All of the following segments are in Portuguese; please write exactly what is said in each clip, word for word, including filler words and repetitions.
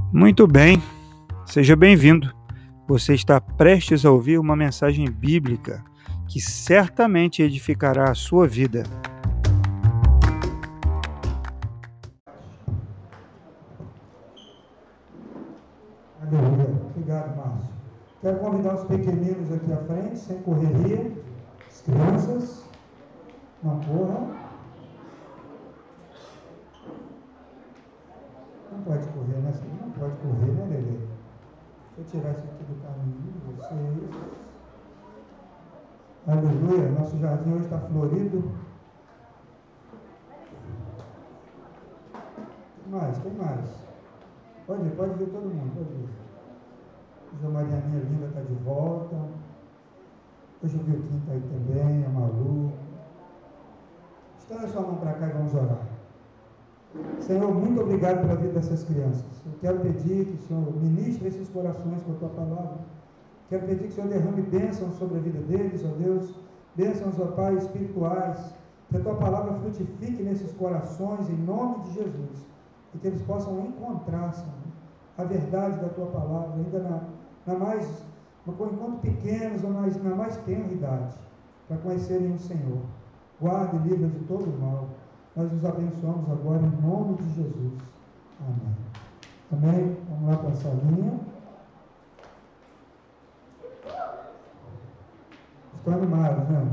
Muito bem, seja bem-vindo. Você está prestes a ouvir uma mensagem bíblica que certamente edificará a sua vida. Aleluia. Obrigado, Márcio. Quero convidar os pequeninos aqui à frente, sem correria. As crianças, não corram. Não pode correr, né? Não pode correr, né, Lelê? Deixa eu tirar isso aqui do caminho de vocês. Aleluia. Nosso jardim hoje está florido. Tem mais, tem mais. Pode vir, pode vir todo mundo, pode vir. Hoje a Marianinha linda está de volta. Hoje o Vilquinho está aí também, a Malu. Estenda a sua mão para cá e vamos orar. Senhor, muito obrigado pela vida dessas crianças. Eu quero pedir que o Senhor ministre esses corações com a Tua palavra. Quero pedir que o Senhor derrame bênçãos sobre a vida deles, ó Deus. Bênçãos, ó Pai, espirituais. Que a Tua palavra frutifique nesses corações, em nome de Jesus. E que eles possam encontrar, Senhor, a verdade da Tua palavra, ainda na, na mais, enquanto pequenos, ou mais, na mais tenra idade, para conhecerem o Senhor. Guarde e livre de todo o mal. Nós nos abençoamos agora em nome de Jesus. Amém. Amém? Vamos lá para a salinha. Estão animados, né?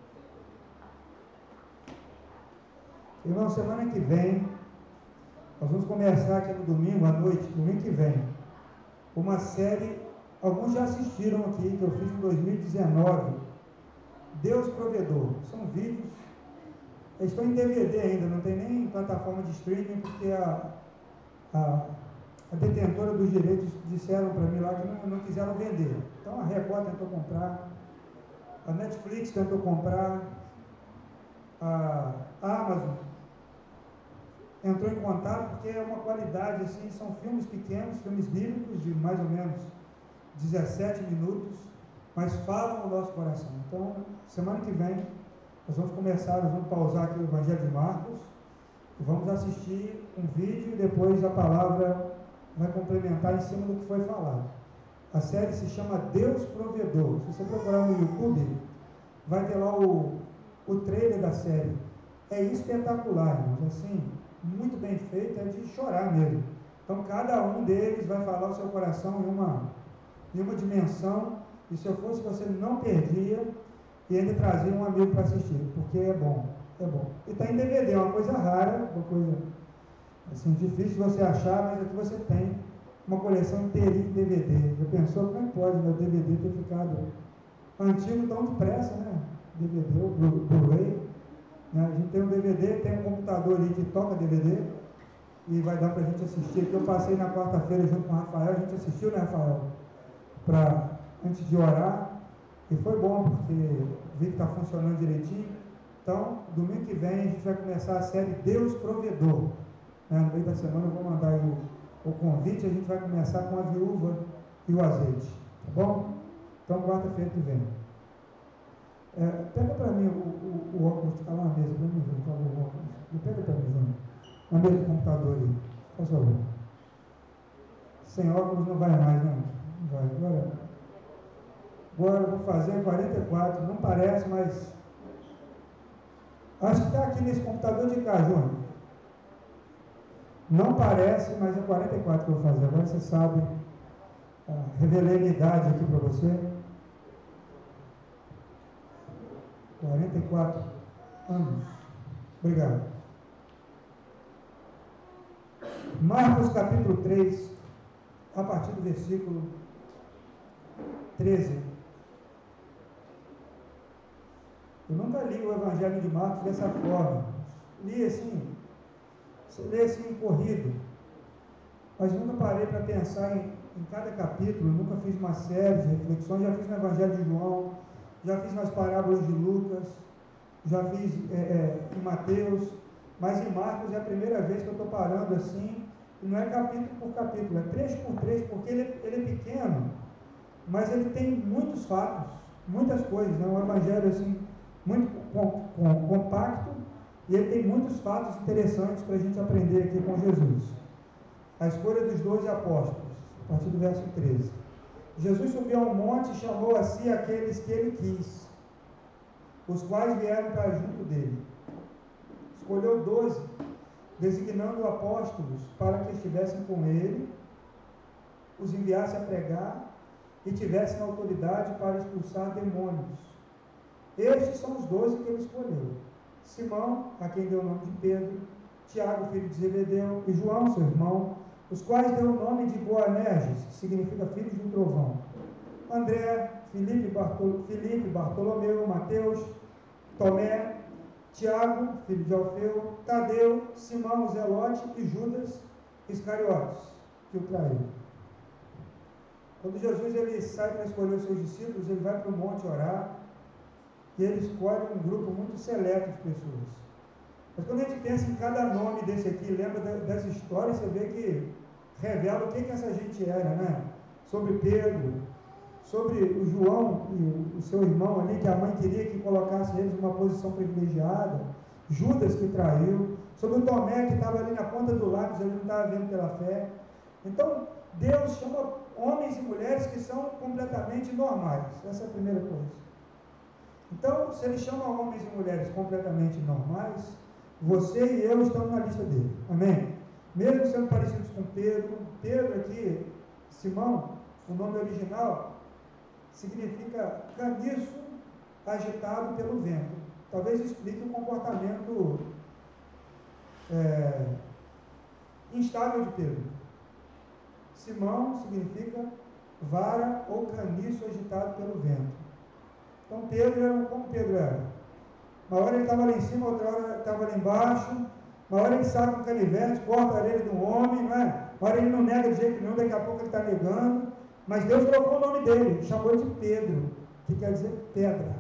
Irmão, semana que vem, nós vamos começar aqui no domingo, à noite, domingo que vem, uma série, alguns já assistiram aqui, que eu fiz em dois mil e dezenove, Deus Provedor. São vídeos, eles estão em D V D ainda, não tem nem plataforma de streaming, porque a, a, a detentora dos direitos disseram para mim lá que não, não quiseram vender. Então a Record tentou comprar, a Netflix tentou comprar, a Amazon entrou em contato, porque é uma qualidade assim, são filmes pequenos, filmes bíblicos de mais ou menos dezessete minutos, mas falam o nosso coração. Então, semana que vem, nós vamos começar, nós vamos pausar aqui o Evangelho de Marcos, e vamos assistir um vídeo e depois a palavra vai complementar em cima do que foi falado. A série se chama Deus Provedor. Se você procurar no YouTube, vai ter lá o, o trailer da série. É espetacular, irmãos, assim, muito bem feito, é de chorar mesmo. Então, cada um deles vai falar o seu coração em uma, em uma dimensão, e se eu fosse você, não perdia, e ainda trazia um amigo para assistir, porque é bom, é bom. E está em D V D, é uma coisa rara, uma coisa assim, difícil de você achar, mas aqui você tem uma coleção inteirinha de D V D. Já pensou como é que pode meu D V D ter ficado antigo tão depressa, né? D V D, o Blu-ray. Né? A gente tem um D V D, tem um computador ali que toca D V D, e vai dar para a gente assistir. Aqui eu passei na quarta-feira junto com o Rafael, a gente assistiu, né, Rafael? Pra, antes de orar. E foi bom, porque vi que está funcionando direitinho. Então, domingo que vem, a gente vai começar a série Deus Provedor. Né? No meio da semana eu vou mandar o, o convite, a gente vai começar com a viúva e o azeite. Tá bom? Então, quarta-feira que vem. É, pega para mim o, o, o óculos que está lá na mesa, para mim, por favor, o óculos. Pega para mim, Júnior. Na mesa do computador aí, por favor. Sem óculos não vai mais, né? Não vai. Agora... Agora eu vou fazer quarenta e quatro, não parece, mas acho que está aqui nesse computador de cá, Júnior. Não parece, mas é quarenta e quatro que eu vou fazer. Agora você sabe, ah, revelei a minha idade aqui para você. quarenta e quatro anos. Obrigado. Marcos capítulo três, a partir do versículo treze. Eu nunca li o Evangelho de Marcos dessa forma. Li assim, li assim corrido, mas nunca parei para pensar em, em cada capítulo. Eu nunca fiz uma série de reflexões. Já fiz no Evangelho de João, já fiz nas parábolas de Lucas, já fiz é, é, em Mateus, mas em Marcos é a primeira vez que eu estou parando assim, e não é capítulo por capítulo, é trecho por trecho, porque ele, ele é pequeno, mas ele tem muitos fatos, muitas coisas, é um Evangelho assim, muito com, com, compacto, e ele tem muitos fatos interessantes para a gente aprender aqui com Jesus. a escolha dos doze apóstolos, a partir do verso treze. Jesus subiu ao monte e chamou a si aqueles que ele quis, os quais vieram para junto dele. Escolheu doze, designando apóstolos para que estivessem com ele, os enviasse a pregar e tivessem autoridade para expulsar demônios. Estes são os doze que ele escolheu: Simão, a quem deu o nome de Pedro, Tiago, filho de Zebedeu, e João, seu irmão, os quais deu o nome de Boanerges, que significa filhos do trovão, André, Filipe, Bartol, Filipe, Bartolomeu, Mateus, Tomé, Tiago, filho de Alfeu, Tadeu, Simão, Zelote e Judas Iscariotes, que o traiu. Quando Jesus ele sai para escolher os seus discípulos, ele vai para o monte orar, e ele escolhe um grupo muito seleto de pessoas. Mas quando a gente pensa em cada nome desse aqui, lembra das histórias, você vê que revela o que, que essa gente era, né? Sobre Pedro, sobre o João e o seu irmão ali, que a mãe queria que colocasse eles numa posição privilegiada, Judas que traiu, sobre o Tomé que estava ali na ponta do lápis, ele não estava vendo pela fé. Então, Deus chama homens e mulheres que são completamente normais. Essa é a primeira coisa. Então, se ele chama homens e mulheres completamente normais, você e eu estamos na lista dele. Amém? Mesmo sendo parecidos com Pedro, Pedro aqui, Simão, o nome original, significa caniço agitado pelo vento. Talvez explique o comportamento é, instável de Pedro. Simão significa vara ou caniço agitado pelo vento. Então Pedro era como Pedro era. Uma hora ele estava lá em cima, outra hora estava lá embaixo. Uma hora ele saca um canivete, corta a orelha de um homem, não é? Uma hora ele não nega de jeito nenhum, daqui a pouco ele está negando. Mas Deus trocou o nome dele, chamou de Pedro, que quer dizer pedra.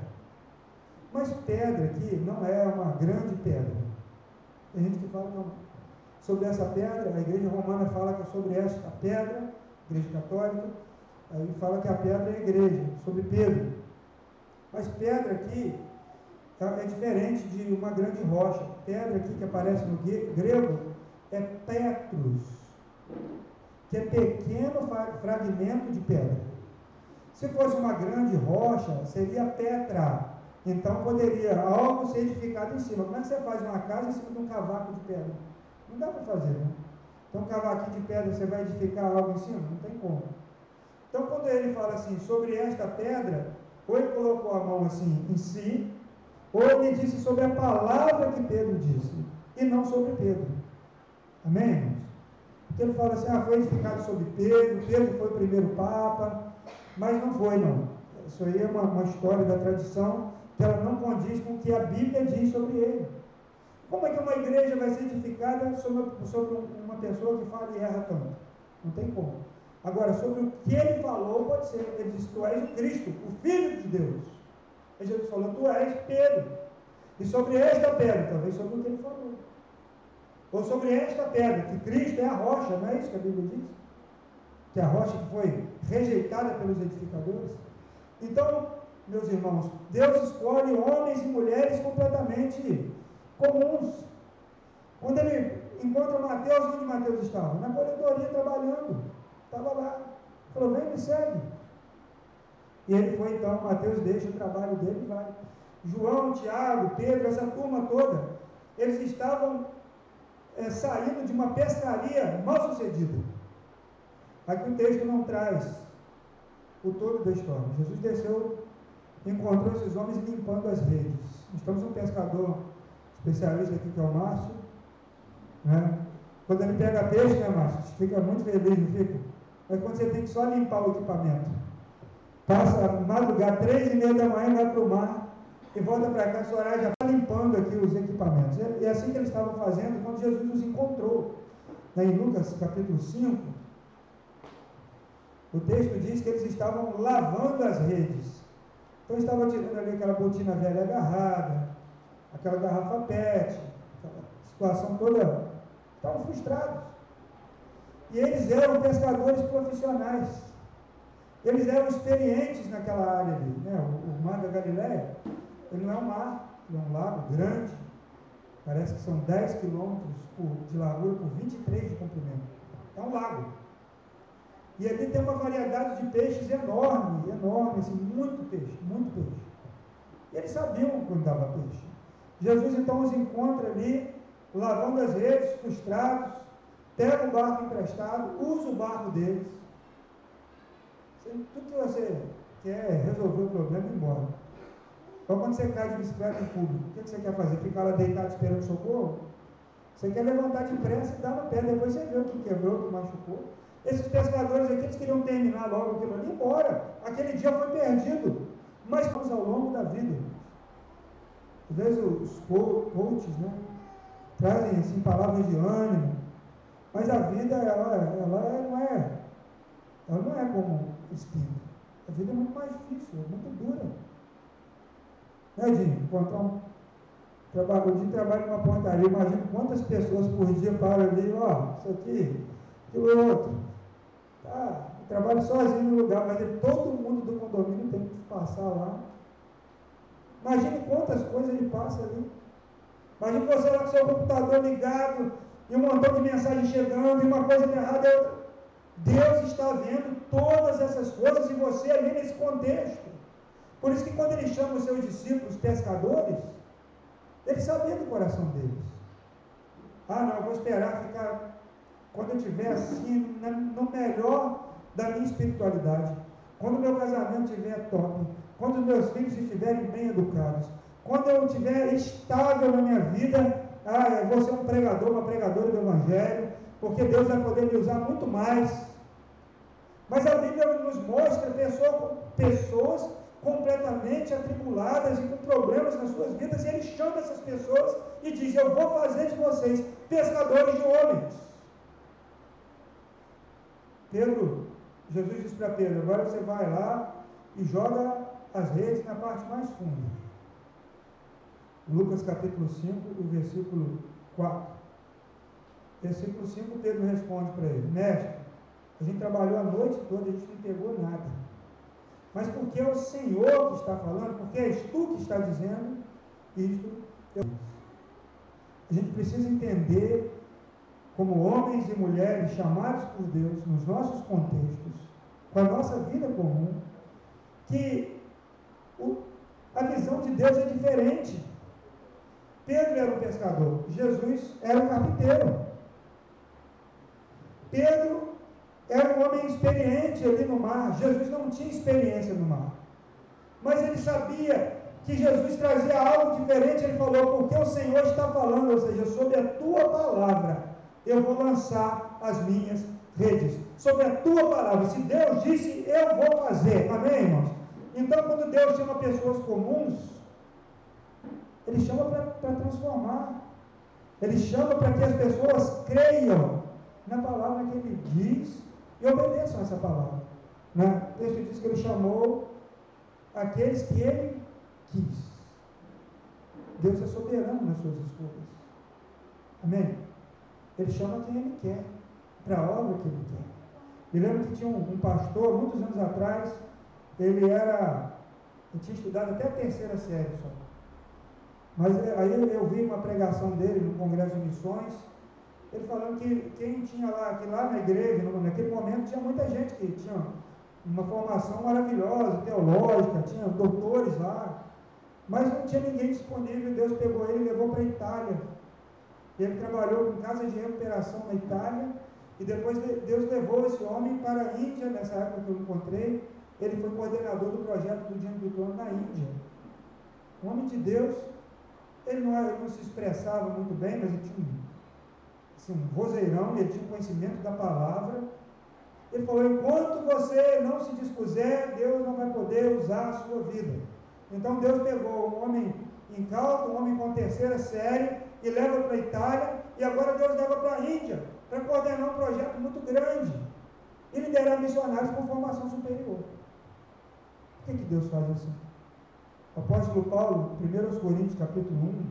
Mas pedra aqui não é uma grande pedra. Tem gente que fala não. Sobre essa pedra, a igreja romana fala que é sobre esta pedra, igreja católica, aí fala que a pedra é a igreja, sobre Pedro. Mas pedra aqui é diferente de uma grande rocha. Pedra aqui que aparece no grego é petros, que é pequeno fragmento de pedra. Se fosse uma grande rocha, seria petra. Então poderia algo ser edificado em cima. Como é que você faz uma casa em cima de um cavaco de pedra? Não dá para fazer, né? Então um cavaquinho de pedra, você vai edificar algo em cima? Não tem como. Então quando ele fala assim, sobre esta pedra, ou ele colocou a mão assim em si, ou ele disse sobre a palavra que Pedro disse, e não sobre Pedro. Amém, irmãos? Porque ele fala assim, ah, foi edificado sobre Pedro, Pedro foi o primeiro Papa, mas não foi, não. Isso aí é uma, uma história da tradição, que ela não condiz com o que a Bíblia diz sobre ele. Como é que uma igreja vai ser edificada sobre, sobre uma pessoa que fala e erra tanto? Não tem como. Agora, sobre o que ele falou, pode ser. Ele disse, tu és o Cristo, o Filho de Deus. E Jesus falou, tu és Pedro. E sobre esta pedra, talvez sobre o que ele falou. Ou sobre esta pedra, que Cristo é a rocha, não é isso que a Bíblia diz? Que é a rocha que foi rejeitada pelos edificadores. Então, meus irmãos, Deus escolhe homens e mulheres completamente comuns. Quando ele encontra Mateus, onde Mateus estava? Na coletoria trabalhando. Estava lá. Falou, vem, me segue. E ele foi então, Mateus deixa o trabalho dele e vai. João, Tiago, Pedro, essa turma toda, eles estavam é, saindo de uma pescaria mal sucedida. Aqui o texto não traz o todo da história. Jesus desceu, encontrou esses homens limpando as redes. Nós temos um pescador especialista aqui, que é o Márcio, né? Quando ele pega peixe, né, Márcio? Fica muito feliz, não fica? Mas quando você tem que só limpar o equipamento, passa madrugada, três e meia da manhã, vai para o mar e volta para cá, esse horário já está limpando aqui os equipamentos. E é assim que eles estavam fazendo quando Jesus os encontrou. Né, em Lucas capítulo cinco, o texto diz que eles estavam lavando as redes. Então estavam tirando ali aquela botina velha agarrada, aquela garrafa pet, aquela situação toda. Estavam frustrados. E eles eram pescadores profissionais. Eles eram experientes naquela área ali. Né? O, o mar da Galileia, ele não é um mar, ele é um lago grande. Parece que são dez quilômetros de largura por vinte e três de comprimento. é um lago. E ali tem uma variedade de peixes enorme, enorme, assim, muito peixe, muito peixe. E eles sabiam quando dava peixe. Jesus então os encontra ali, lavando as redes, frustrados, pega o barco emprestado, usa o barco deles. Tudo que você quer resolver o problema e ir embora. Então quando você cai de bicicleta em público, o que você quer fazer? Ficar lá deitado esperando socorro? Você quer levantar depressa e dar no pé, depois você vê o que quebrou, o que machucou. Esses pescadores aqui, eles queriam terminar logo aquilo ali e ir embora. Aquele dia foi perdido. Mas vamos ao longo da vida. Às vezes os coaches, né, trazem assim, palavras de ânimo, mas a vida, ela, ela não é, ela não é como espírito. A vida é muito mais difícil, é muito dura. Né, Dinho? Encontrar um trabalho, um dia trabalho numa portaria, imagina quantas pessoas por dia param ali, ó, isso aqui, aquilo outro. Tá, eu trabalho sozinho no lugar, mas todo mundo do condomínio tem que passar lá. Imagine quantas coisas ele passa ali. Imagine você lá com seu computador ligado, e um montão de mensagens chegando, e uma coisa errada é outra. Deus está vendo todas essas coisas e você ali nesse contexto. Por isso que quando ele chama os seus discípulos pescadores, ele sabia do coração deles. Ah, não, eu vou esperar ficar, quando eu estiver assim, no melhor da minha espiritualidade, quando o meu casamento estiver top, quando os meus filhos estiverem bem educados, quando eu estiver estável na minha vida, ah, eu vou ser um pregador, uma pregadora do Evangelho, porque Deus vai poder me usar muito mais. Mas a Bíblia nos mostra pessoa, pessoas completamente atribuladas e com problemas nas suas vidas, e ele chama essas pessoas e diz: eu vou fazer de vocês pescadores de homens. Pedro, Jesus disse para Pedro: agora você vai lá e joga as redes na parte mais funda. Lucas capítulo cinco, o versículo quatro. Versículo cinco, Pedro responde para ele: mestre, a gente trabalhou a noite toda, a gente não pegou nada. Mas porque é o Senhor que está falando, porque és tu que está dizendo, isto eu... A gente precisa entender, como homens e mulheres chamados por Deus, nos nossos contextos, com a nossa vida comum, que o, a visão de Deus é diferente. Pedro era um pescador, Jesus era um carpinteiro. Pedro era um homem experiente ali no mar, Jesus não tinha experiência no mar. Mas ele sabia que Jesus trazia algo diferente, ele falou: porque o Senhor está falando, ou seja, sobre a tua palavra, eu vou lançar as minhas redes. Sobre a tua palavra, se Deus disse, eu vou fazer. Amém, irmãos? Então, quando Deus chama pessoas comuns, Ele chama para transformar. Ele chama para que as pessoas creiam na palavra que Ele diz e obedeçam essa palavra. Né? O texto diz que Ele chamou aqueles que Ele quis. Deus é soberano nas suas escolhas. Amém? Ele chama quem Ele quer, para a obra que Ele quer. Me lembro que tinha um, um pastor, muitos anos atrás, ele era, ele tinha estudado até a terceira série só. Mas aí eu vi uma pregação dele no Congresso de Missões, ele falando que quem tinha lá, que lá na igreja, naquele momento, tinha muita gente que tinha uma formação maravilhosa, teológica, tinha doutores lá, mas não tinha ninguém disponível. Deus pegou ele e levou para a Itália. Ele trabalhou com casa de recuperação na Itália, e depois Deus levou esse homem para a Índia. Nessa época que eu encontrei, ele foi coordenador do projeto do Diante do Trono na Índia. Um homem de Deus. Ele não, ele não se expressava muito bem, mas ele tinha um, assim, um vozeirão, ele tinha um conhecimento da palavra. Ele falou: enquanto você não se dispuser, Deus não vai poder usar a sua vida. Então Deus pegou um homem incauto, um homem com terceira série, e leva para a Itália, e agora Deus leva para a Índia, para coordenar um projeto muito grande, e liderar missionários com formação superior. Por que, que Deus faz assim? O apóstolo Paulo, primeiro Coríntios, capítulo um,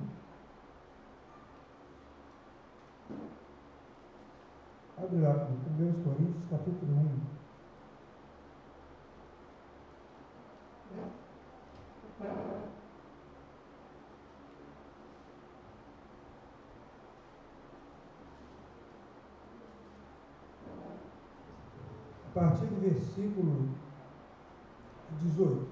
abre lá, primeiro Coríntios, capítulo um. a partir do versículo dezoito.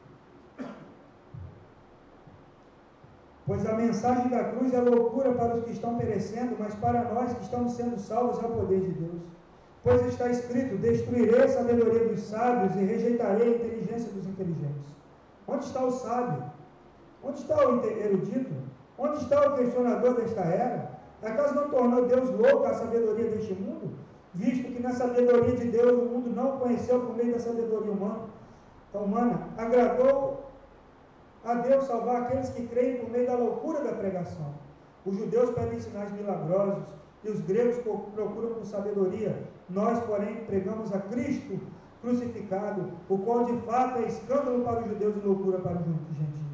Pois a mensagem da cruz é loucura para os que estão perecendo, mas para nós que estamos sendo salvos é o poder de Deus. Pois está escrito: destruirei a sabedoria dos sábios e rejeitarei a inteligência dos inteligentes. Onde está o sábio? Onde está o erudito? Onde está o questionador desta era? Acaso não tornou Deus louco a sabedoria deste mundo? Visto que na sabedoria de Deus o mundo não conheceu por meio da sabedoria humana. Então, humana, agradou a Deus salvar aqueles que creem por meio da loucura da pregação. Os judeus pedem sinais milagrosos e os gregos procuram por sabedoria. Nós, porém, pregamos a Cristo crucificado, o qual de fato é escândalo para os judeus e loucura para os gentios.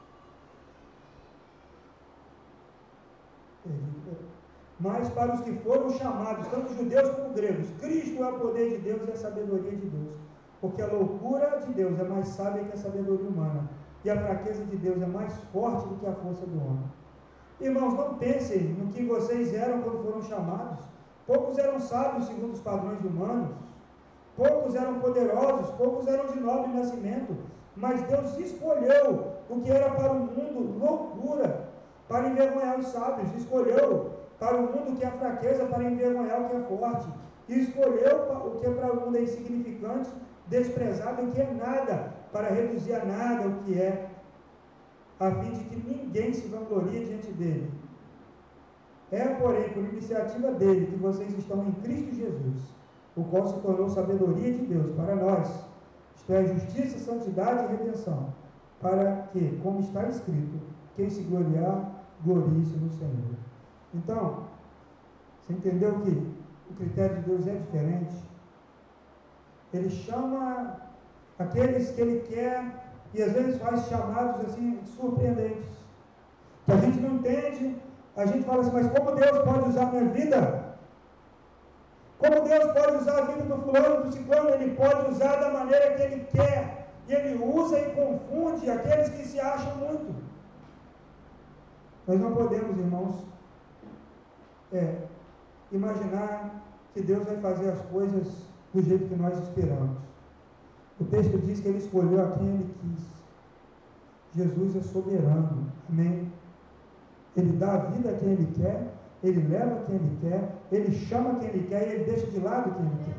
Mas para os que foram chamados, tanto judeus como gregos, Cristo é o poder de Deus e a sabedoria de Deus. Porque a loucura de Deus é mais sábia que a sabedoria humana, e a fraqueza de Deus é mais forte do que a força do homem. Irmãos, não pensem no que vocês eram quando foram chamados. Poucos eram sábios segundo os padrões humanos, poucos eram poderosos, poucos eram de nobre nascimento, mas Deus escolheu o que era para o mundo loucura, para envergonhar os sábios. Escolheu para o mundo o que é fraqueza, para envergonhar o que é forte. E escolheu o que é para o mundo é insignificante, desprezado, o que é nada, para reduzir a nada o que é, a fim de que ninguém se vanglorie diante dele. É, porém, por iniciativa dele que vocês estão em Cristo Jesus, o qual se tornou sabedoria de Deus para nós, isto é, justiça, santidade e redenção, para que, como está escrito, quem se gloriar, glorie-se no Senhor. Então, você entendeu que o critério de Deus é diferente? Ele chama aqueles que Ele quer, e às vezes faz chamados assim, surpreendentes, que a gente não entende. A gente fala assim: mas como Deus pode usar a minha vida? Como Deus pode usar a vida do fulano, do ciclano? Ele pode usar da maneira que Ele quer, e Ele usa e confunde aqueles que se acham muito. Nós não podemos, irmãos, é, imaginar que Deus vai fazer as coisas do jeito que nós esperamos. O texto diz que Ele escolheu a quem Ele quis. Jesus é soberano, amém? Ele dá a vida a quem Ele quer, Ele leva quem Ele quer, Ele chama quem Ele quer e Ele deixa de lado quem Ele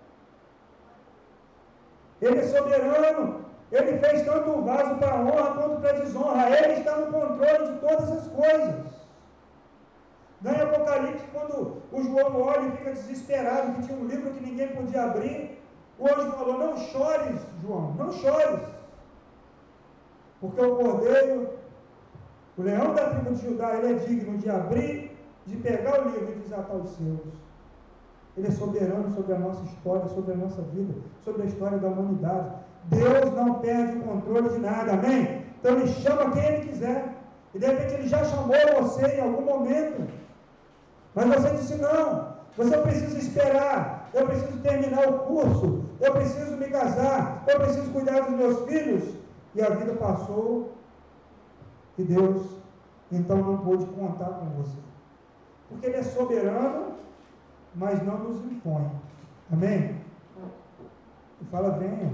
quer. Ele é soberano, Ele fez tanto o vaso para a honra quanto para a desonra. Ele está no controle de todas as coisas. Não é Apocalipse, quando o João olha e fica desesperado, que tinha um livro que ninguém podia abrir, o anjo falou: não chores, João, não chores, porque o cordeiro, o leão da tribo de Judá, ele é digno de abrir, de pegar o livro e desatar os seus. Ele é soberano sobre a nossa história, sobre a nossa vida, sobre a história da humanidade. Deus não perde o controle de nada, amém? Então Ele chama quem Ele quiser, e de repente Ele já chamou você em algum momento, mas você disse: não, você precisa esperar, eu preciso terminar o curso, eu preciso me casar, eu preciso cuidar dos meus filhos, e a vida passou, e Deus então não pôde contar com você, porque Ele é soberano, mas não nos impõe, amém? E fala: venham,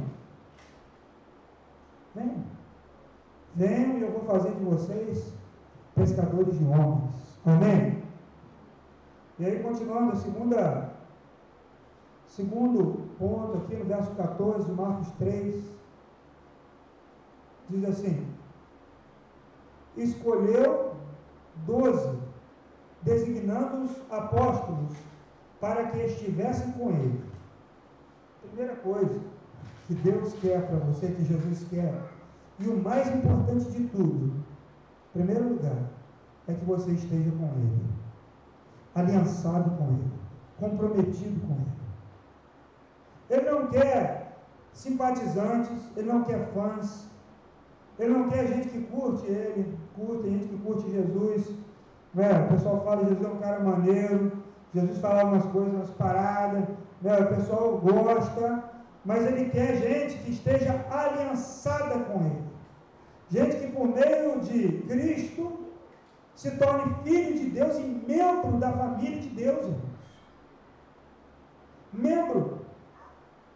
venham, venham, e eu vou fazer de vocês pescadores de homens, amém? E aí, continuando, a segunda, segundo ponto aqui no verso catorze de Marcos três, diz assim: escolheu doze, designando-os apóstolos, para que estivessem com ele. Primeira coisa que Deus quer para você, que Jesus quer, e o mais importante de tudo, em primeiro lugar, é que você esteja com Ele, aliançado com Ele, comprometido com Ele. Ele não quer simpatizantes, Ele não quer fãs, Ele não quer gente que curte Ele, curte gente que curte Jesus, né? O pessoal fala: Jesus é um cara maneiro, Jesus fala umas coisas, umas paradas, né? O pessoal gosta, mas Ele quer gente que esteja aliançada com Ele, gente que por meio de Cristo se torne filho de Deus e membro da família de Deus, irmãos. Membro.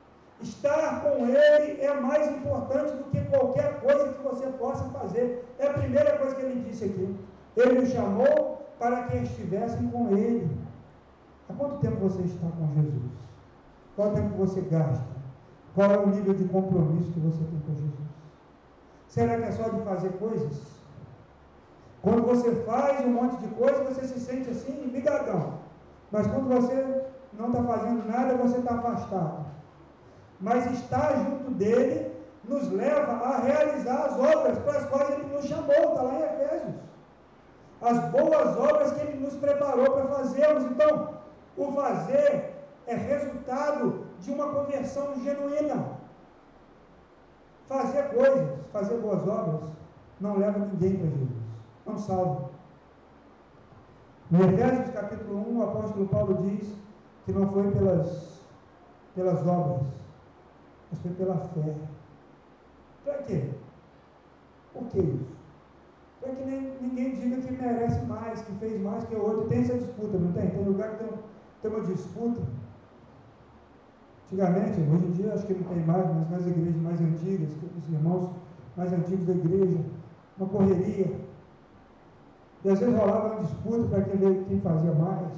Estar com Ele é mais importante do que qualquer coisa que você possa fazer. É a primeira coisa que Ele disse aqui. Ele nos chamou para que estivessem com Ele. Há quanto tempo você está com Jesus? Qual é o tempo que você gasta? Qual é o nível de compromisso que você tem com Jesus? Será que é só de fazer coisas? Quando você faz um monte de coisa, você se sente assim, ligadão. Mas quando você não está fazendo nada, você está afastado. Mas estar junto dele nos leva a realizar as obras para as quais ele nos chamou, está lá em Efésios. As boas obras que ele nos preparou para fazermos. Então, o fazer é resultado de uma conversão genuína. Fazer coisas, fazer boas obras, não leva ninguém para Jesus, não salva. Em Efésios capítulo um, o apóstolo Paulo diz que não foi pelas, pelas obras, mas foi pela fé. Para quê? Por que isso? Para que nem, ninguém diga que merece mais, que fez mais que o outro. Tem essa disputa, não tem? Tem lugar que tem, tem uma disputa. Antigamente, hoje em dia acho que não tem mais, mas nas igrejas mais antigas, os irmãos mais antigos da igreja, uma correria. E às vezes rolava uma disputa para quem, quem fazia mais.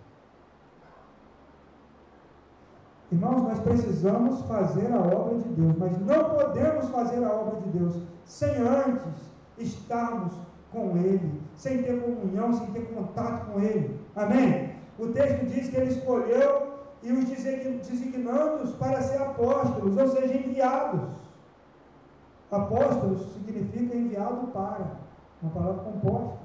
Irmãos, nós precisamos fazer a obra de Deus, mas não podemos fazer a obra de Deus sem antes estarmos com Ele, sem ter comunhão, sem ter contato com Ele. Amém? O texto diz que Ele escolheu e os designando-os para ser apóstolos, ou seja, enviados. Apóstolos significa enviado para, uma palavra composta.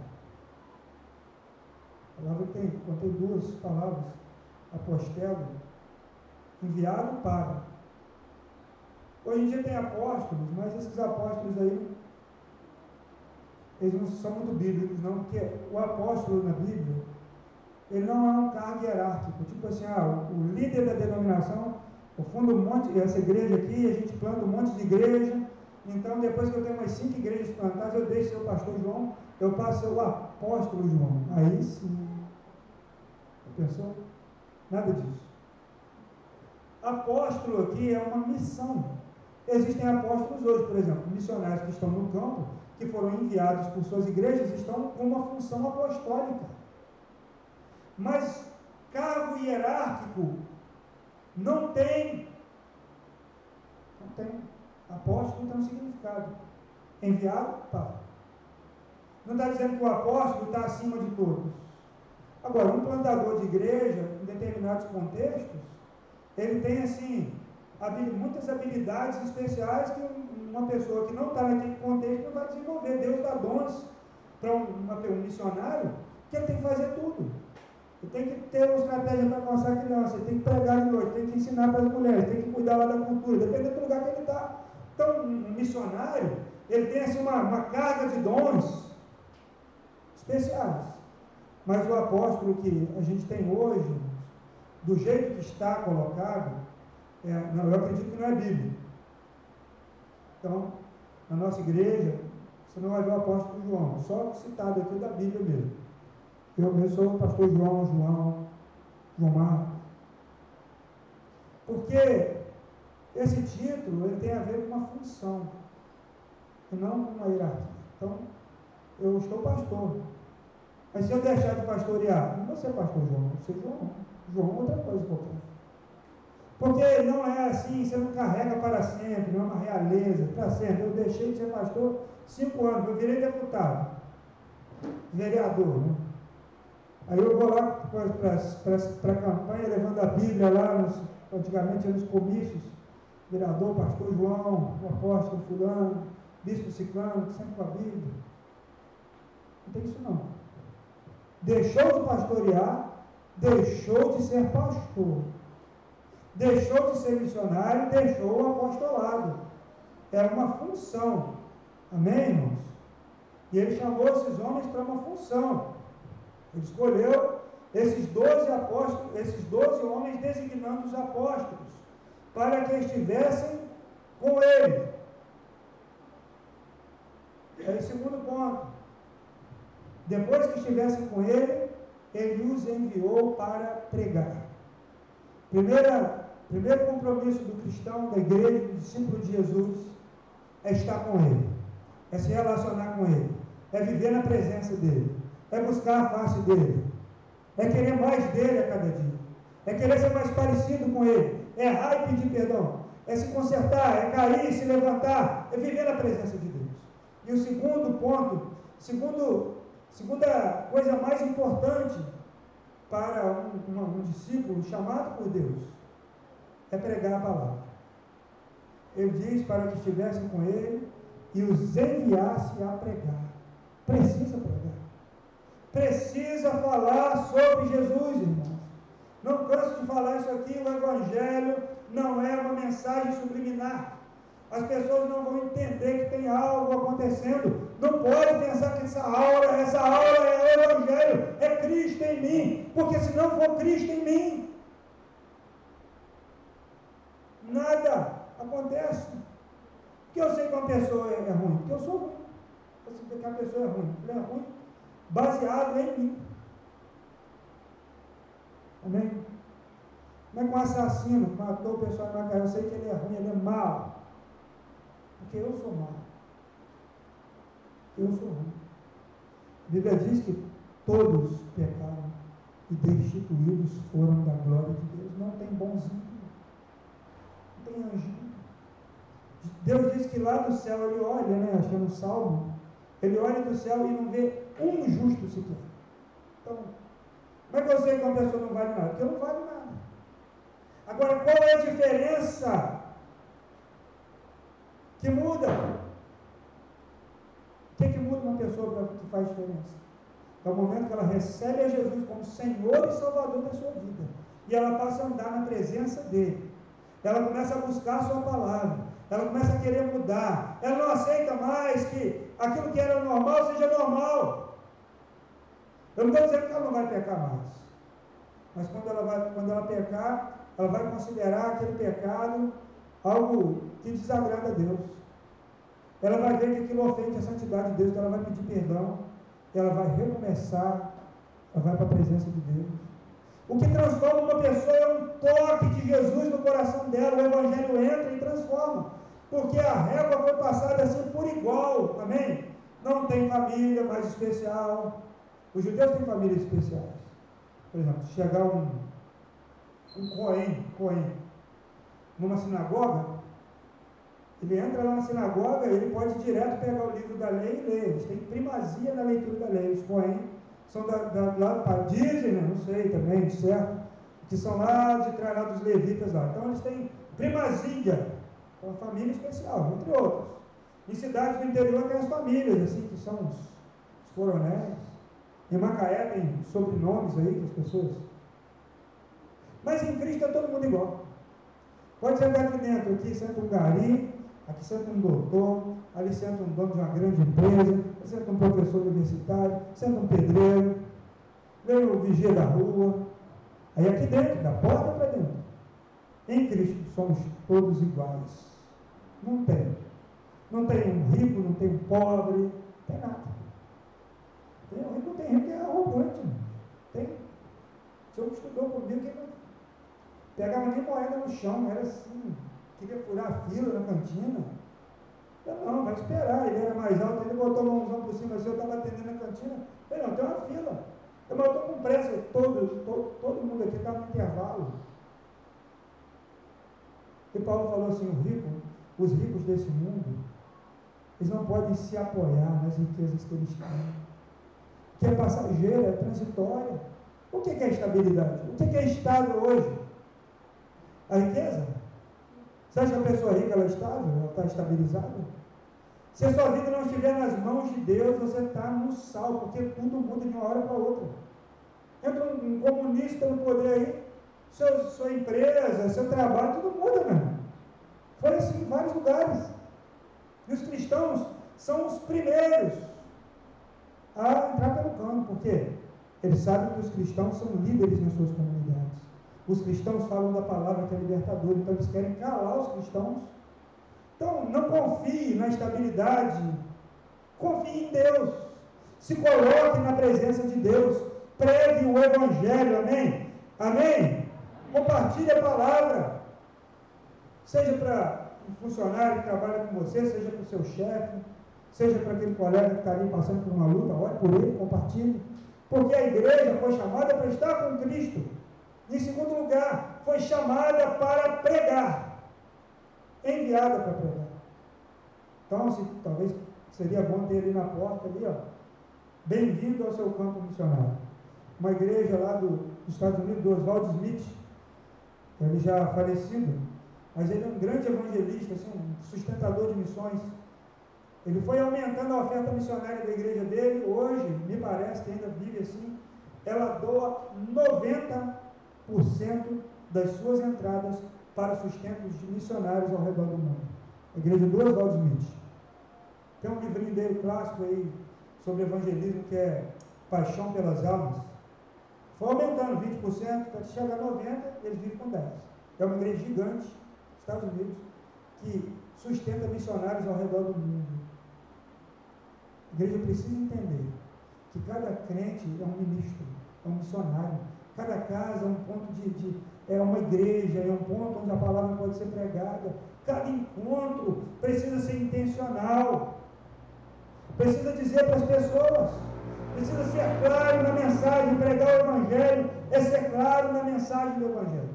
A palavra tem, contém duas palavras, apostelo, enviado para. Hoje em dia tem apóstolos, mas esses apóstolos aí, eles não são muito bíblicos, não, porque o apóstolo na Bíblia, ele não é um cargo hierárquico, tipo assim, ah, o líder da denominação, eu fundo um monte, essa igreja aqui, a gente planta um monte de igreja, então depois que eu tenho umas cinco igrejas plantadas, eu deixo o pastor João, eu passo a ser o apóstolo João. Aí sim, pensou? Nada disso. Apóstolo aqui é uma missão. Existem apóstolos hoje, por exemplo, missionários que estão no campo, que foram enviados por suas igrejas, estão com uma função apostólica. Mas cargo hierárquico não tem. Não tem. Apóstolo tem um significado. Enviado, tá. Não está dizendo que o apóstolo está acima de todos. Agora, um plantador de igreja, em determinados contextos, ele tem, assim, habil, muitas habilidades especiais que uma pessoa que não está naquele contexto não vai desenvolver. Deus dá dons para um, um missionário que ele tem que fazer tudo. Ele tem que ter uma estratégia para alcançar a criança, ele tem que pregar de noite, tem que ensinar para as mulheres, tem que cuidar lá da cultura, depende do lugar que ele está. Então, um missionário, ele tem assim uma, uma carga de dons especiais. Mas o apóstolo que a gente tem hoje, do jeito que está colocado, é, não, eu acredito que não é bíblico. Então, na nossa igreja, você não vai ver o apóstolo João, só citado aqui da Bíblia mesmo. Eu, eu sou o pastor João, João, João Marcos. Porque esse título, ele tem a ver com uma função, e não com uma hierarquia. Então, eu estou pastor. Mas se eu deixar de pastorear, não vou ser pastor João, vou ser João. João é outra coisa qualquer. Porque não é assim, você não carrega para sempre, não é uma realeza, para sempre. Eu deixei de ser pastor cinco anos, eu virei deputado, vereador, né? Aí eu vou lá para a campanha, levando a Bíblia lá, nos, antigamente nos comícios, vereador, pastor João, o apóstolo fulano, bispo ciclano, sempre com a Bíblia. Não tem isso não. Deixou de pastorear, deixou de ser pastor. Deixou de ser missionário, deixou o apostolado. Era uma função. Amém, irmãos? E ele chamou esses homens para uma função. Ele escolheu esses doze apóstolos, esses doze homens, designando os apóstolos, para que estivessem com ele. É o segundo ponto. Depois que estivessem com ele, ele os enviou para pregar. Primeira O primeiro compromisso do cristão, da igreja, do discípulo de Jesus, é estar com Ele, é se relacionar com Ele, é viver na presença dEle, é buscar a face dEle, é querer mais dEle a cada dia, é querer ser mais parecido com Ele, é errar e pedir perdão, é se consertar, é cair, se levantar, é viver na presença de Deus. E o segundo ponto, segundo, segunda coisa mais importante para um, um, um discípulo chamado por Deus, é pregar a palavra. Ele diz para que estivessem com Ele e os enviasse a pregar. Precisa pregar. Precisa falar sobre Jesus, irmãos. Não canso de falar isso aqui, o Evangelho não é uma mensagem subliminar. As pessoas não vão entender que tem algo acontecendo. Não pode pensar que essa aura, essa aura é o Evangelho, é Cristo em mim. Porque se não for Cristo em mim, nada acontece. Porque eu sei que uma pessoa é ruim, porque eu sou ruim. Eu sei que a pessoa é ruim. Ele é ruim baseado em mim. Amém? Não é com um assassino que matou o pessoal na casa. Eu sei que ele é ruim, ele é mau. Porque eu sou mau. Eu sou ruim. A Bíblia diz que todos pecaram e destituídos foram da glória de Deus. Não tem bonzinho. Não tem anjinho. Deus diz que lá do céu ele olha, né? Acho que é no Salmo. Ele olha do céu e não vê um justo sequer. Então, como é que eu sei que uma pessoa não vale nada? Porque não vale nada. Agora, qual é a diferença que muda? O que, que muda uma pessoa que faz diferença? É o momento que ela recebe a Jesus como Senhor e Salvador da sua vida. E ela passa a andar na presença dEle. Ela começa a buscar a sua palavra. Ela começa a querer mudar. Ela não aceita mais que aquilo que era normal seja normal. Eu não estou dizendo que ela não vai pecar mais. Mas quando ela, vai, quando ela pecar, ela vai considerar aquele pecado algo que desagrada a Deus. Ela vai ver que aquilo ofende a santidade de Deus, então ela vai pedir perdão, ela vai recomeçar, ela vai para a presença de Deus. O que transforma uma pessoa é um toque de Jesus no coração dela, o Evangelho entra e transforma, porque a régua foi passada assim por igual, amém? Não tem família mais especial. Os judeus têm famílias especiais. Por exemplo, se chegar um, um Cohen, Cohen numa sinagoga, ele entra lá na sinagoga, ele pode direto pegar o livro da lei e ler. Eles têm primazia na leitura da lei. Os Cohen são da, da, lá para dizem, né? Não sei também, certo? Que são lá de trás lá dos levitas lá. Então eles têm primazia, uma família especial, entre outros. Em cidades do interior tem as famílias, assim, que são os, os coronéis. Em Macaé tem sobrenomes aí das pessoas. Mas em Cristo é todo mundo igual. Pode sentar aqui dentro, aqui senta um gari, aqui senta um doutor, ali senta um dono de uma grande empresa, ali senta um professor universitário, senta um pedreiro, vem o vigia da rua. Aí aqui dentro, da porta para dentro. Em Cristo somos todos iguais. Não tem. Não tem um rico, não tem um pobre, não tem nada. Tem um rico, não tem rico que é arrogante. Tem. O senhor estudou comigo que não pegava nem moeda no chão, era assim, queria furar a fila na cantina. Eu não, vai esperar, ele era mais alto, ele botou a mãozão por cima, assim, eu estava atendendo a cantina. Eu falei, não, tem uma fila. Eu mas eu estou com pressa, todo, todo, todo mundo aqui está no intervalo. E Paulo falou assim, o rico, os ricos desse mundo, eles não podem se apoiar nas riquezas que eles têm. Que é passageira, é transitória. O que é estabilidade? O que é estado hoje? A riqueza? Você acha que a pessoa rica ela é estável? Ela está estabilizada? Se a sua vida não estiver nas mãos de Deus, você está no sal, porque tudo muda de uma hora para outra. Entra um comunista no poder aí, seu, sua empresa, seu trabalho, tudo muda, meu irmão. Foi assim em vários lugares. E os cristãos são os primeiros a entrar pelo campo, porque eles sabem que os cristãos são líderes nas suas comunidades. Os cristãos falam da palavra que é libertadora, então eles querem calar os cristãos. Então, não confie na estabilidade, confie em Deus. Se coloque na presença de Deus, pregue o Evangelho, amém? Amém? Compartilhe a palavra. seja para um funcionário que trabalha com você, seja para o seu chefe, seja para aquele colega que está ali passando por uma luta, ore por ele, compartilhe, porque a igreja foi chamada para estar com Cristo. Em segundo lugar, foi chamada para pregar, enviada para pregar. Então, se, talvez seria bom ter ali na porta, ali, ó, bem-vindo ao seu campo missionário. Uma igreja lá do, dos Estados Unidos, do Oswald Smith, ele já falecido, mas ele é um grande evangelista, assim, um sustentador de missões. Ele foi aumentando a oferta missionária da igreja dele. Hoje, me parece que ainda vive assim, ela doa noventa por cento das suas entradas para sustentos de missionários ao redor do mundo. A igreja do Oswald Smith. Tem um livrinho dele clássico aí sobre evangelismo que é Paixão pelas Almas. Foi aumentando vinte por cento, até chegar a noventa por cento, eles vivem com dez por cento. É uma igreja gigante, Estados Unidos, que sustenta missionários ao redor do mundo. A igreja precisa entender que cada crente é um ministro, é um missionário. Cada casa é um ponto de, de é uma igreja, é um ponto onde a palavra pode ser pregada. Cada encontro precisa ser intencional. Precisa dizer para as pessoas, precisa ser claro na mensagem. Pregar o Evangelho é ser claro na mensagem do Evangelho.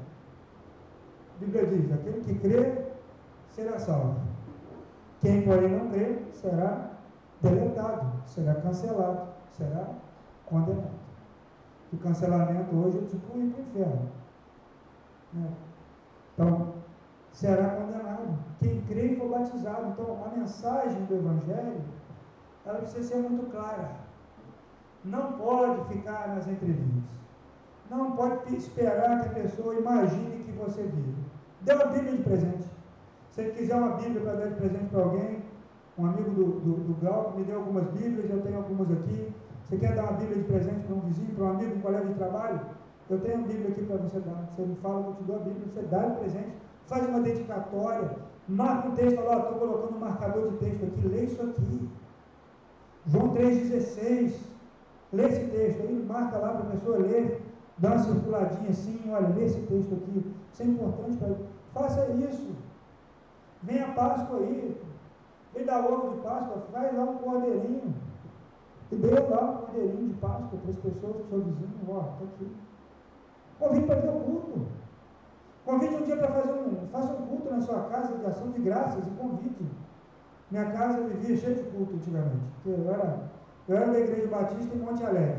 A Bíblia diz: aquele que crê será salvo. Quem, porém, não crê será deletado, será cancelado, será condenado. O cancelamento hoje é tipo ir para o inferno. Né? Então, será condenado. Quem crê e for batizado. Então, a mensagem do Evangelho, ela precisa ser muito clara. Não pode ficar nas entrelinhas. Não pode esperar que a pessoa imagine que você vive. Dê uma Bíblia de presente. Se ele quiser uma Bíblia para dar de presente para alguém, um amigo do, do, do Glauco me deu algumas Bíblias, eu tenho algumas aqui. Você quer dar uma Bíblia de presente para um vizinho, para um amigo, um colega de trabalho? Eu tenho uma Bíblia aqui para você dar. Você me fala que eu te dou a Bíblia, você dá de presente, faz uma dedicatória, marca um texto, fala, ó, estou colocando um marcador de texto aqui, lê isso aqui. João três dezesseis, lê esse texto aí, marca lá para a pessoa ler, dá uma circuladinha assim, olha, lê esse texto aqui, isso é importante para ele. Faça isso. Vem a Páscoa aí, vem dar ovo de Páscoa, faz lá um cordeirinho, e dê lá um cordeirinho de Páscoa para as pessoas, para o seu vizinho, ó, está aqui. Convide para ter um culto. Convide um dia para fazer um, faça um culto na sua casa de ação de graças e convide. Minha casa vivia cheia de culto antigamente. Eu era, eu era da Igreja Batista em Monte Alegre,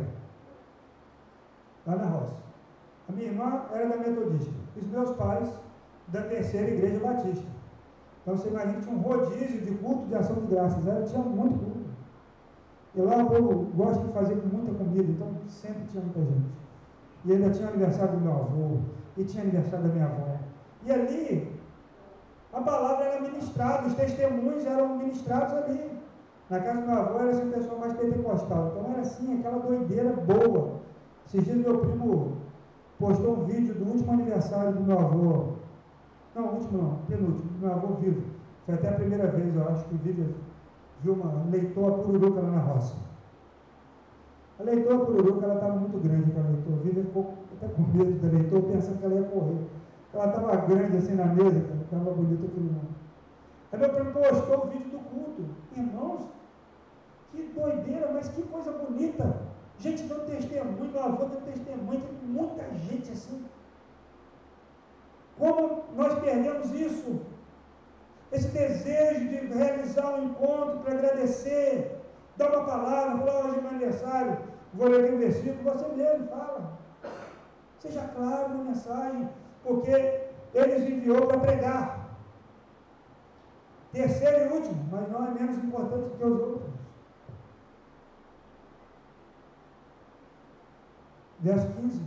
lá na roça. A minha irmã era da Metodista. Os meus pais da Terceira Igreja Batista. Então você imagina que tinha um rodízio de culto de ação de graças. Era, tinha muito culto. E lá o povo gosta de fazer com muita comida, então sempre tinha muita gente. E ainda tinha aniversário do meu avô, e tinha aniversário da minha avó. E ali, a palavra era ministrada, os testemunhos eram ministrados ali. Na casa do meu avô era assim, pessoa mais pentecostal. Então era assim, aquela doideira boa. Esses dias meu primo postou um vídeo do último aniversário do meu avô. Não, último não, penúltimo, do meu avô vivo. Foi até a primeira vez, eu acho, que o vídeo viu uma leitoa pururuca lá na roça. A leitoa pururuca, ela estava muito grande, aquela leitoa. O vídeo ficou até com medo da leitoa, pensando que ela ia correr. Ela estava grande assim na mesa, estava bonito aquele nome. Aí meu primo postou o vídeo do culto. Irmãos, que doideira, mas que coisa bonita. Gente dando testemunho, meu avô dando testemunho, tem muita gente assim. Como nós perdemos isso? Esse desejo de realizar um encontro para agradecer, dar uma palavra, falar, hoje é meu aniversário, vou ler um versículo, você mesmo fala. Seja claro na mensagem, porque ele nos enviou para pregar. Terceiro e último, mas não é menos importante que os outros. Verso quinze.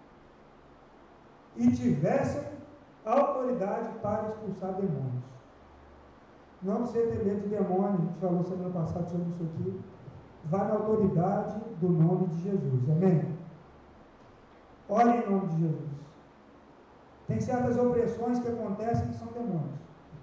E tivessem autoridade para expulsar demônios. Não precisa ter medo de demônio, a gente falou semana passada sobre isso aqui. Vá na autoridade do nome de Jesus, amém? Ore em nome de Jesus. Tem certas opressões que acontecem que são demônios.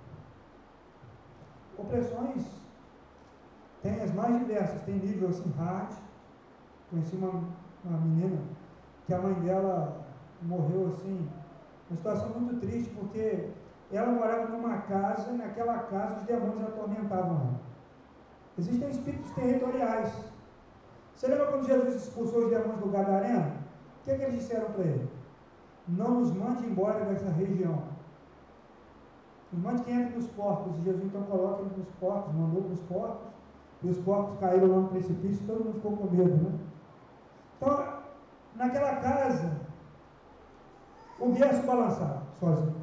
Opressões tem as mais diversas, tem nível assim, hard. Conheci uma, uma menina que a mãe dela morreu assim, uma situação muito triste, porque ela morava numa casa, e naquela casa os demônios atormentavam ela. Existem espíritos territoriais. Você lembra quando Jesus expulsou os demônios do Gadareno? O que, é que eles disseram para ele? Não nos mande embora dessa região. Nos mande que entre nos porcos. E Jesus então coloca ele nos porcos, mandou para os porcos, e os porcos caíram lá no precipício, todo mundo ficou com medo, né? Então, naquela casa, o berço balançava sozinho.